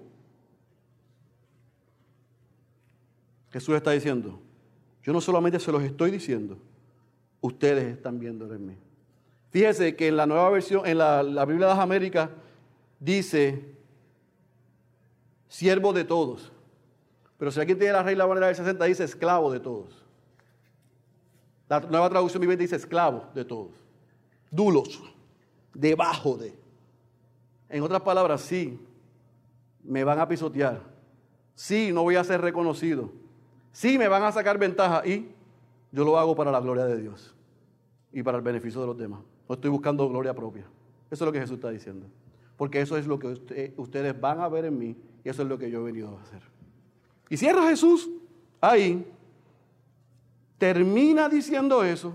Jesús está diciendo, yo no solamente se los estoy diciendo, ustedes están viéndolo en mí. Fíjese que en la nueva versión, en la Biblia de las Américas, dice siervo de todos. Pero si aquí tiene la Reina Valera del 60, dice esclavo de todos. La nueva traducción viviente dice esclavo de todos. Dulos, debajo de. En otras palabras, sí, me van a pisotear. Sí, no voy a ser reconocido. Sí, me van a sacar ventaja y yo lo hago para la gloria de Dios y para el beneficio de los demás. No estoy buscando gloria propia. Eso es lo que Jesús está diciendo. Porque eso es lo que ustedes van a ver en mí y eso es lo que yo he venido a hacer. Y cierra Jesús ahí. Termina diciendo eso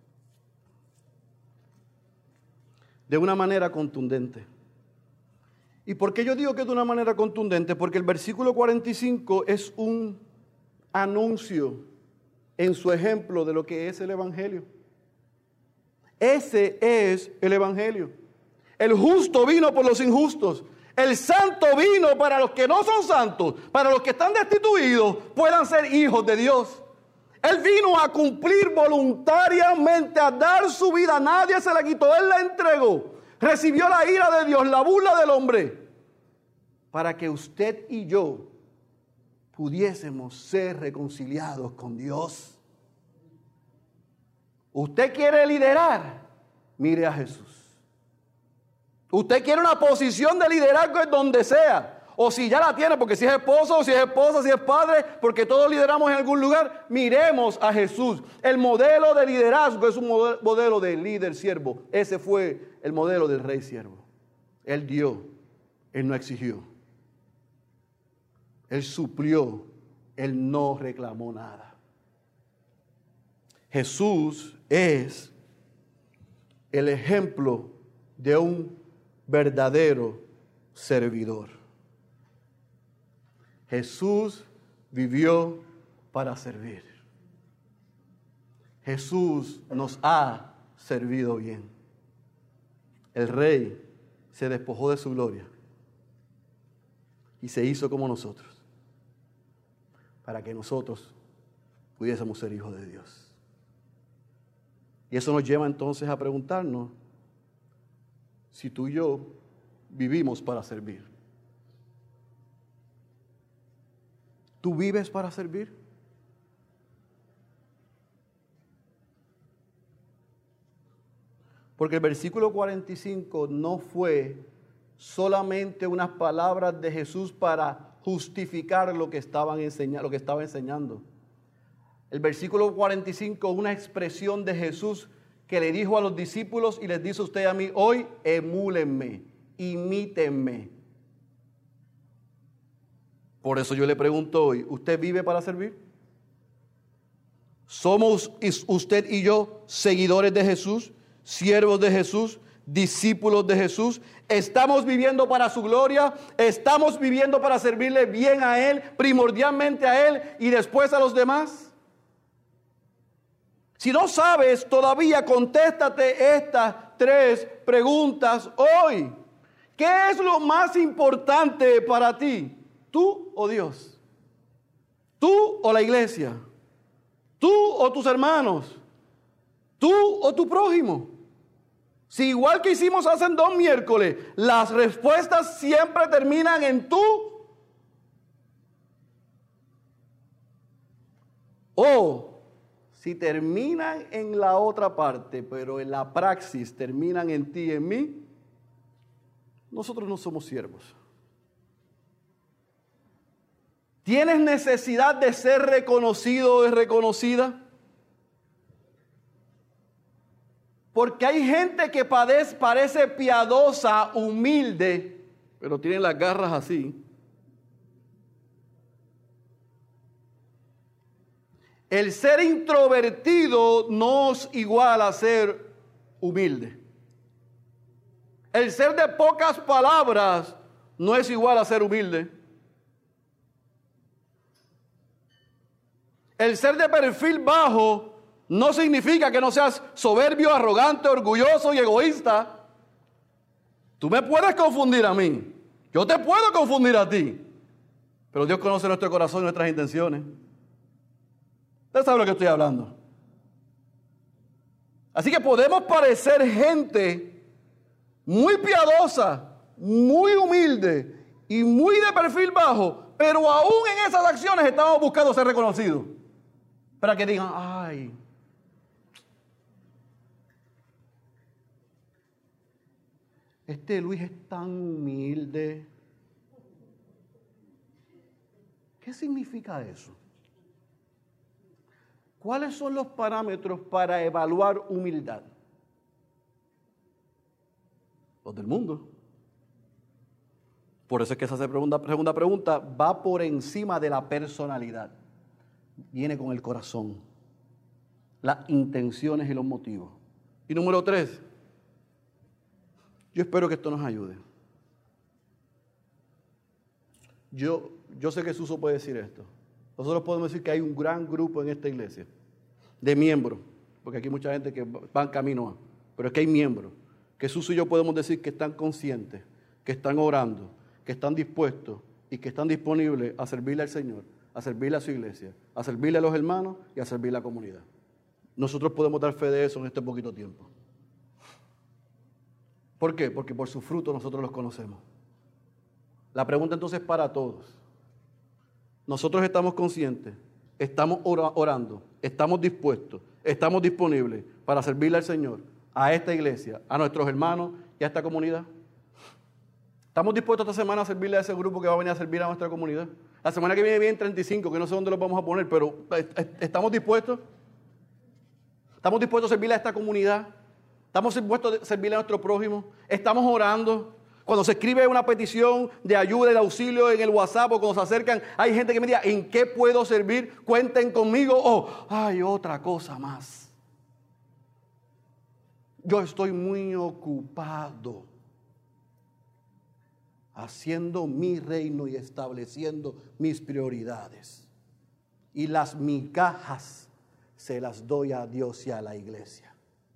de una manera contundente. ¿Y por qué yo digo que de una manera contundente? Porque el versículo 45 es un anuncio en su ejemplo de lo que es el Evangelio. Ese es el Evangelio. El justo vino por los injustos. El santo vino para los que no son santos, para los que están destituidos, puedan ser hijos de Dios. Él vino a cumplir voluntariamente, a dar su vida. Nadie se la quitó, Él la entregó. Recibió la ira de Dios, la burla del hombre, para que usted y yo pudiésemos ser reconciliados con Dios. ¿Usted quiere liderar? Mire a Jesús. Usted quiere una posición de liderazgo en donde sea. O si ya la tiene, porque si es esposo, si es esposa, si es padre, porque todos lideramos en algún lugar, miremos a Jesús. El modelo de liderazgo es un modelo de líder siervo. Ese fue el modelo del rey siervo. Él dio, Él no exigió. Él suplió, Él no reclamó nada. Jesús es el ejemplo de un verdadero servidor. Jesús vivió para servir. Jesús nos ha servido bien. El rey se despojó de su gloria y se hizo como nosotros, para que nosotros pudiésemos ser hijos de Dios. Y eso nos lleva entonces a preguntarnos si tú y yo vivimos para servir. ¿Tú vives para servir? Porque el versículo 45 no fue solamente unas palabras de Jesús para justificar lo que estaba enseñando. El versículo 45 es una expresión de Jesús que le dijo a los discípulos y les dice a usted y a mí hoy: emúlenme, imítenme. Por eso yo le pregunto hoy, ¿usted vive para servir? ¿Somos usted y yo seguidores de Jesús, siervos de Jesús, discípulos de Jesús? ¿Estamos viviendo para su gloria? ¿Estamos viviendo para servirle bien a Él, primordialmente a Él y después a los demás? Si no sabes todavía, contéstate estas 3 preguntas hoy. ¿Qué es lo más importante para ti? ¿Tú o Dios? ¿Tú o la iglesia? ¿Tú o tus hermanos? ¿Tú o tu prójimo? Si igual que hicimos hace 2 miércoles, las respuestas siempre terminan en tú, O si terminan en la otra parte, pero en la praxis terminan en ti y en mí, nosotros no somos siervos. ¿Tienes necesidad de ser reconocido o reconocida? Porque hay gente que parece piadosa, humilde, pero tiene las garras así. El ser introvertido no es igual a ser humilde. El ser de pocas palabras no es igual a ser humilde. El ser de perfil bajo no significa que no seas soberbio, arrogante, orgulloso y egoísta. Tú me puedes confundir a mí. Yo te puedo confundir a ti. Pero Dios conoce nuestro corazón y nuestras intenciones. Usted sabe lo que estoy hablando. Así que podemos parecer gente muy piadosa, muy humilde y muy de perfil bajo, pero aún en esas acciones estamos buscando ser reconocidos. Para que digan, ay, este Luis es tan humilde. ¿Qué significa eso? ¿Cuáles son los parámetros para evaluar humildad? Los del mundo. Por eso es que esa segunda pregunta va por encima de la personalidad. Viene con el corazón, las intenciones y los motivos. Y número 3, yo espero que esto nos ayude. Yo sé que Suso puede decir esto. Nosotros podemos decir que hay un gran grupo en esta iglesia de miembros, porque aquí hay mucha gente que va en camino a, pero es que hay miembros, que Suso y yo podemos decir que están conscientes, que están orando, que están dispuestos y que están disponibles a servirle al Señor, a servirle a su iglesia, a servirle a los hermanos y a servirle a la comunidad. Nosotros podemos dar fe de eso en este poquito tiempo. ¿Por qué? Porque por su fruto nosotros los conocemos. La pregunta entonces para todos. Nosotros estamos conscientes, estamos orando, estamos dispuestos, estamos disponibles para servirle al Señor, a esta iglesia, a nuestros hermanos y a esta comunidad. ¿Estamos dispuestos esta semana a servirle a ese grupo que va a venir a servir a nuestra comunidad? La semana que viene vienen 35, que no sé dónde los vamos a poner, pero ¿estamos dispuestos? ¿Estamos dispuestos a servirle a esta comunidad? ¿Estamos dispuestos a servirle a nuestro prójimo? ¿Estamos orando? Cuando se escribe una petición de ayuda y de auxilio en el WhatsApp o cuando se acercan, hay gente que me dice, ¿en qué puedo servir? Cuenten conmigo. O hay otra cosa más. Yo estoy muy ocupado haciendo mi reino y estableciendo mis prioridades. Y las migajas se las doy a Dios y a la iglesia.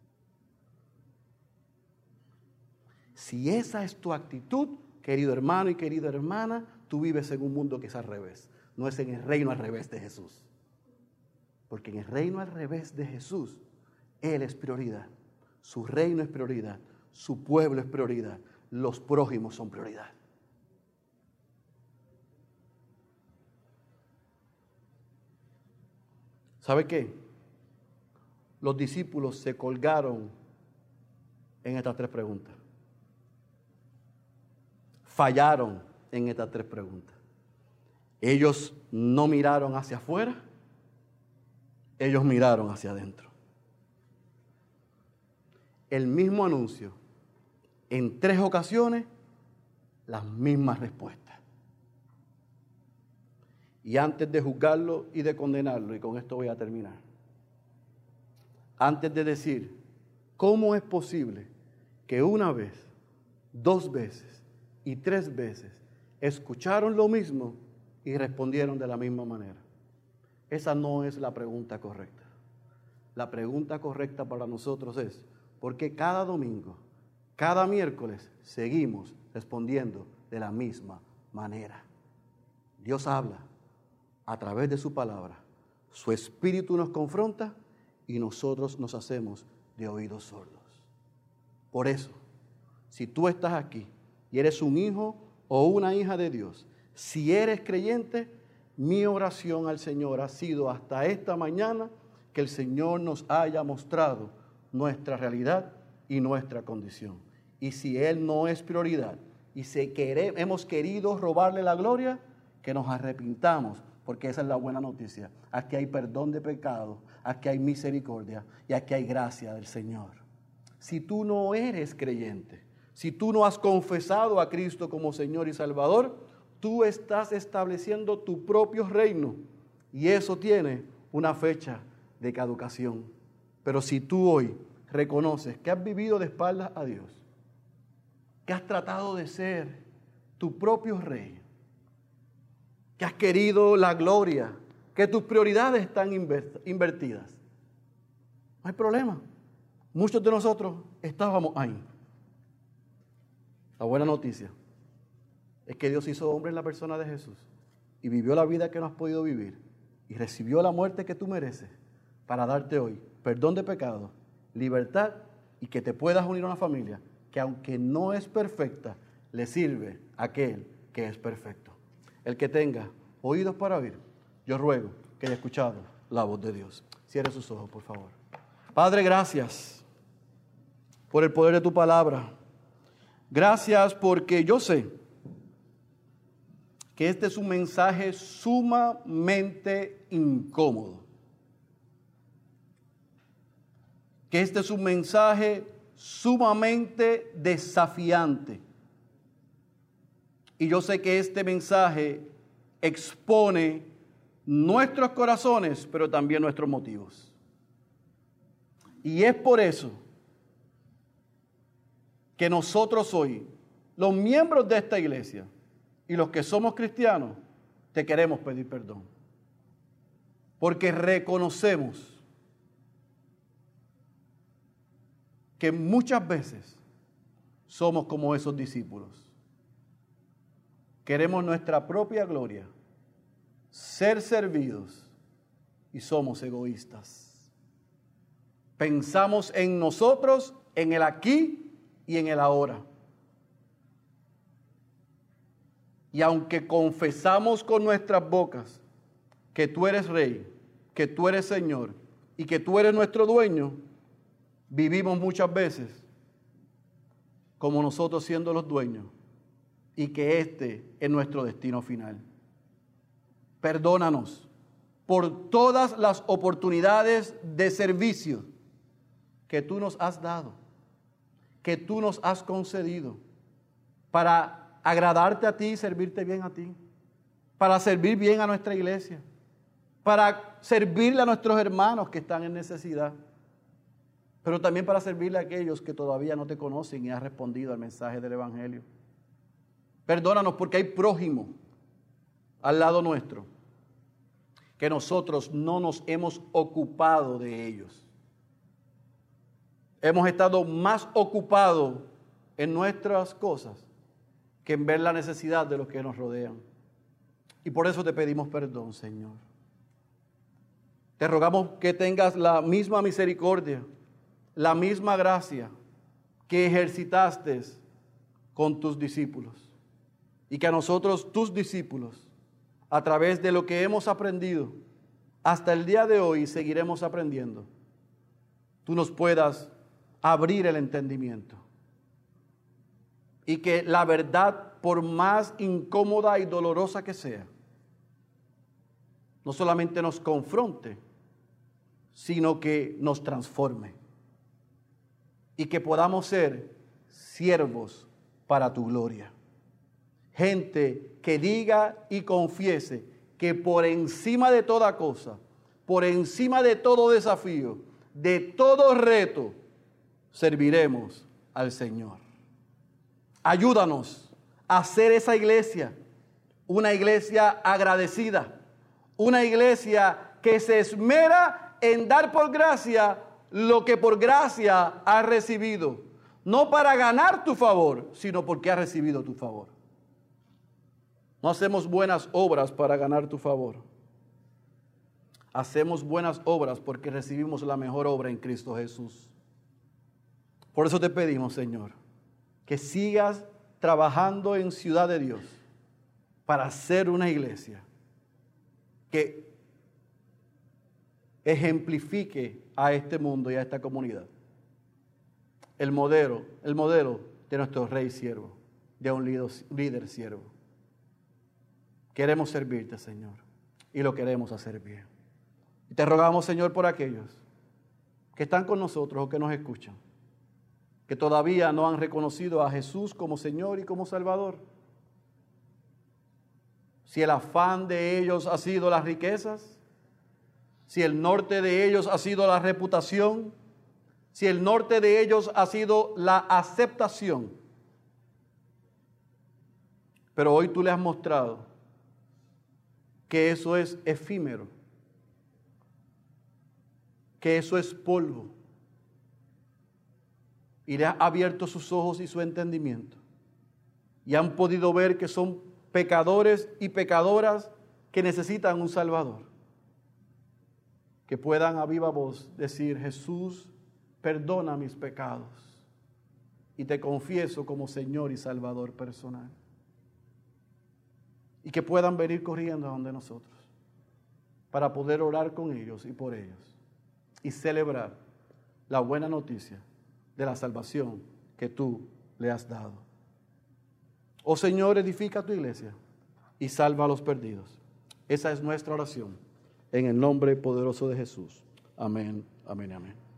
Si esa es tu actitud, querido hermano y querida hermana, tú vives en un mundo que es al revés. No es en el reino al revés de Jesús. Porque en el reino al revés de Jesús, Él es prioridad. Su reino es prioridad. Su pueblo es prioridad. Los prójimos son prioridad. ¿Sabe qué? Los discípulos se colgaron en estas 3 preguntas. Fallaron en estas 3 preguntas. Ellos no miraron hacia afuera, ellos miraron hacia adentro. El mismo anuncio, en 3 ocasiones, las mismas respuestas. Y antes de juzgarlo y de condenarlo, y con esto voy a terminar, antes de decir, ¿cómo es posible que una vez, 2 veces, y 3 veces escucharon lo mismo y respondieron de la misma manera? Esa no es la pregunta correcta. La pregunta correcta para nosotros es, ¿por qué cada domingo, cada miércoles seguimos respondiendo de la misma manera? Dios habla a través de su palabra. Su espíritu nos confronta y nosotros nos hacemos de oídos sordos. Por eso, si tú estás aquí y eres un hijo o una hija de Dios, si eres creyente, mi oración al Señor ha sido hasta esta mañana que el Señor nos haya mostrado nuestra realidad y nuestra condición. Y si Él no es prioridad y si hemos querido robarle la gloria, que nos arrepintamos, porque esa es la buena noticia. Aquí hay perdón de pecados, aquí hay misericordia y aquí hay gracia del Señor. Si tú no eres creyente, si tú no has confesado a Cristo como Señor y Salvador, tú estás estableciendo tu propio reino y eso tiene una fecha de caducación. Pero si tú hoy reconoces que has vivido de espaldas a Dios, que has tratado de ser tu propio rey, que has querido la gloria, que tus prioridades están invertidas, no hay problema. Muchos de nosotros estábamos ahí. La buena noticia es que Dios hizo hombre en la persona de Jesús y vivió la vida que no has podido vivir y recibió la muerte que tú mereces para darte hoy perdón de pecado, libertad y que te puedas unir a una familia que aunque no es perfecta, le sirve a aquel que es perfecto. El que tenga oídos para oír, yo ruego que haya escuchado la voz de Dios. Cierre sus ojos, por favor. Padre, gracias por el poder de tu palabra. Gracias porque yo sé que este es un mensaje sumamente incómodo. Que este es un mensaje sumamente desafiante. Y yo sé que este mensaje expone nuestros corazones, pero también nuestros motivos. Y es por eso que nosotros hoy, los miembros de esta iglesia y los que somos cristianos, te queremos pedir perdón. Porque reconocemos que muchas veces somos como esos discípulos. Queremos nuestra propia gloria, ser servidos y somos egoístas. Pensamos en nosotros, en el aquí y en el ahora. Y aunque confesamos con nuestras bocas que tú eres Rey, que tú eres Señor y que tú eres nuestro dueño, vivimos muchas veces como nosotros siendo los dueños y que este es nuestro destino final. Perdónanos por todas las oportunidades de servicio que tú nos has dado, que tú nos has concedido para agradarte a ti y servirte bien a ti, para servir bien a nuestra iglesia, para servirle a nuestros hermanos que están en necesidad, pero también para servirle a aquellos que todavía no te conocen y han respondido al mensaje del Evangelio. Perdónanos porque hay prójimo al lado nuestro, que nosotros no nos hemos ocupado de ellos. Hemos estado más ocupados en nuestras cosas que en ver la necesidad de los que nos rodean. Y por eso te pedimos perdón, Señor. Te rogamos que tengas la misma misericordia, la misma gracia que ejercitaste con tus discípulos. Y que a nosotros, tus discípulos, a través de lo que hemos aprendido hasta el día de hoy, seguiremos aprendiendo, tú nos puedas abrir el entendimiento. Y que la verdad, por más incómoda y dolorosa que sea, no solamente nos confronte, sino que nos transforme. Y que podamos ser siervos para tu gloria. Gente que diga y confiese que por encima de toda cosa, por encima de todo desafío, de todo reto, serviremos al Señor. Ayúdanos a hacer esa iglesia una iglesia agradecida, una iglesia que se esmera en dar por gracia lo que por gracia ha recibido, no para ganar tu favor, sino porque ha recibido tu favor. No hacemos buenas obras para ganar tu favor. Hacemos buenas obras porque recibimos la mejor obra en Cristo Jesús. Por eso te pedimos, Señor, que sigas trabajando en Ciudad de Dios para ser una iglesia que ejemplifique a este mundo y a esta comunidad el modelo de nuestro rey siervo, de un líder siervo. Queremos servirte, Señor, y lo queremos hacer bien. Y te rogamos, Señor, por aquellos que están con nosotros o que nos escuchan, que todavía no han reconocido a Jesús como Señor y como Salvador. Si el afán de ellos ha sido las riquezas, si el norte de ellos ha sido la reputación, si el norte de ellos ha sido la aceptación, pero hoy tú le has mostrado que eso es efímero, que eso es polvo, y le has abierto sus ojos y su entendimiento, y han podido ver que son pecadores y pecadoras que necesitan un Salvador, que puedan a viva voz decir: Jesús, perdona mis pecados y te confieso como Señor y Salvador personal. Y que puedan venir corriendo a donde nosotros para poder orar con ellos y por ellos y celebrar la buena noticia de la salvación que tú le has dado. Oh Señor, edifica tu iglesia y salva a los perdidos. Esa es nuestra oración en el nombre poderoso de Jesús. Amén, amén, amén.